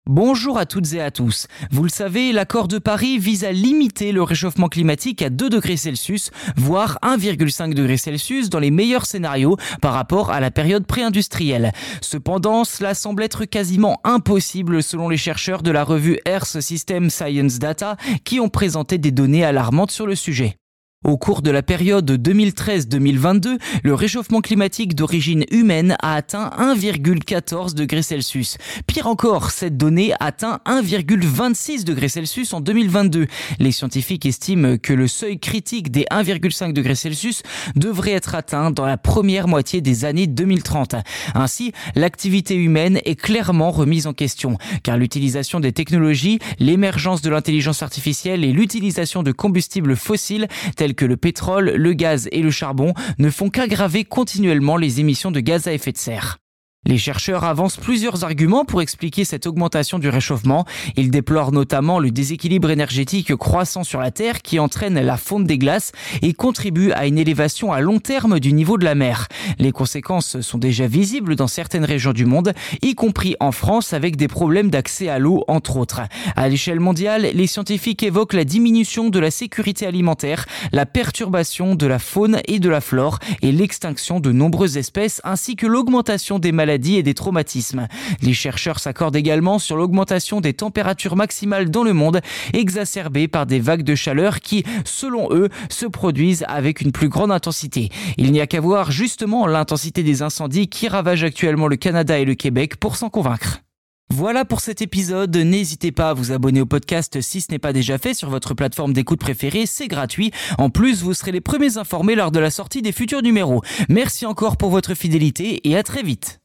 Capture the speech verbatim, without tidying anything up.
Bonjour à toutes et à tous. Vous le savez, l'accord de Paris vise à limiter le réchauffement climatique à deux degrés Celsius, voire un virgule cinq degrés Celsius dans les meilleurs scénarios par rapport à la période pré-industrielle. Cependant, cela semble être quasiment impossible selon les chercheurs de la revue Earth System Science Data qui ont présenté des données alarmantes sur le sujet. Au cours de la période deux mille treize deux mille vingt-deux, le réchauffement climatique d'origine humaine a atteint un virgule quatorze degrés Celsius. Pire encore, cette donnée atteint un virgule vingt-six degrés Celsius en deux mille vingt-deux. Les scientifiques estiment que le seuil critique des un virgule cinq degrés Celsius devrait être atteint dans la première moitié des années deux mille trente. Ainsi, l'activité humaine est clairement remise en question, car l'utilisation des technologies, l'émergence de l'intelligence artificielle et l'utilisation de combustibles fossiles tels que le pétrole, le gaz et le charbon ne font qu'aggraver continuellement les émissions de gaz à effet de serre. Les chercheurs avancent plusieurs arguments pour expliquer cette augmentation du réchauffement. Ils déplorent notamment le déséquilibre énergétique croissant sur la Terre qui entraîne la fonte des glaces et contribue à une élévation à long terme du niveau de la mer. Les conséquences sont déjà visibles dans certaines régions du monde, y compris en France avec des problèmes d'accès à l'eau entre autres. À l'échelle mondiale, les scientifiques évoquent la diminution de la sécurité alimentaire, la perturbation de la faune et de la flore et l'extinction de nombreuses espèces ainsi que l'augmentation des maladies et des traumatismes. Les chercheurs s'accordent également sur l'augmentation des températures maximales dans le monde, exacerbées par des vagues de chaleur qui, selon eux, se produisent avec une plus grande intensité. Il n'y a qu'à voir justement l'intensité des incendies qui ravagent actuellement le Canada et le Québec pour s'en convaincre. Voilà pour cet épisode, n'hésitez pas à vous abonner au podcast si ce n'est pas déjà fait sur votre plateforme d'écoute préférée, c'est gratuit. En plus, vous serez les premiers informés lors de la sortie des futurs numéros. Merci encore pour votre fidélité et à très vite.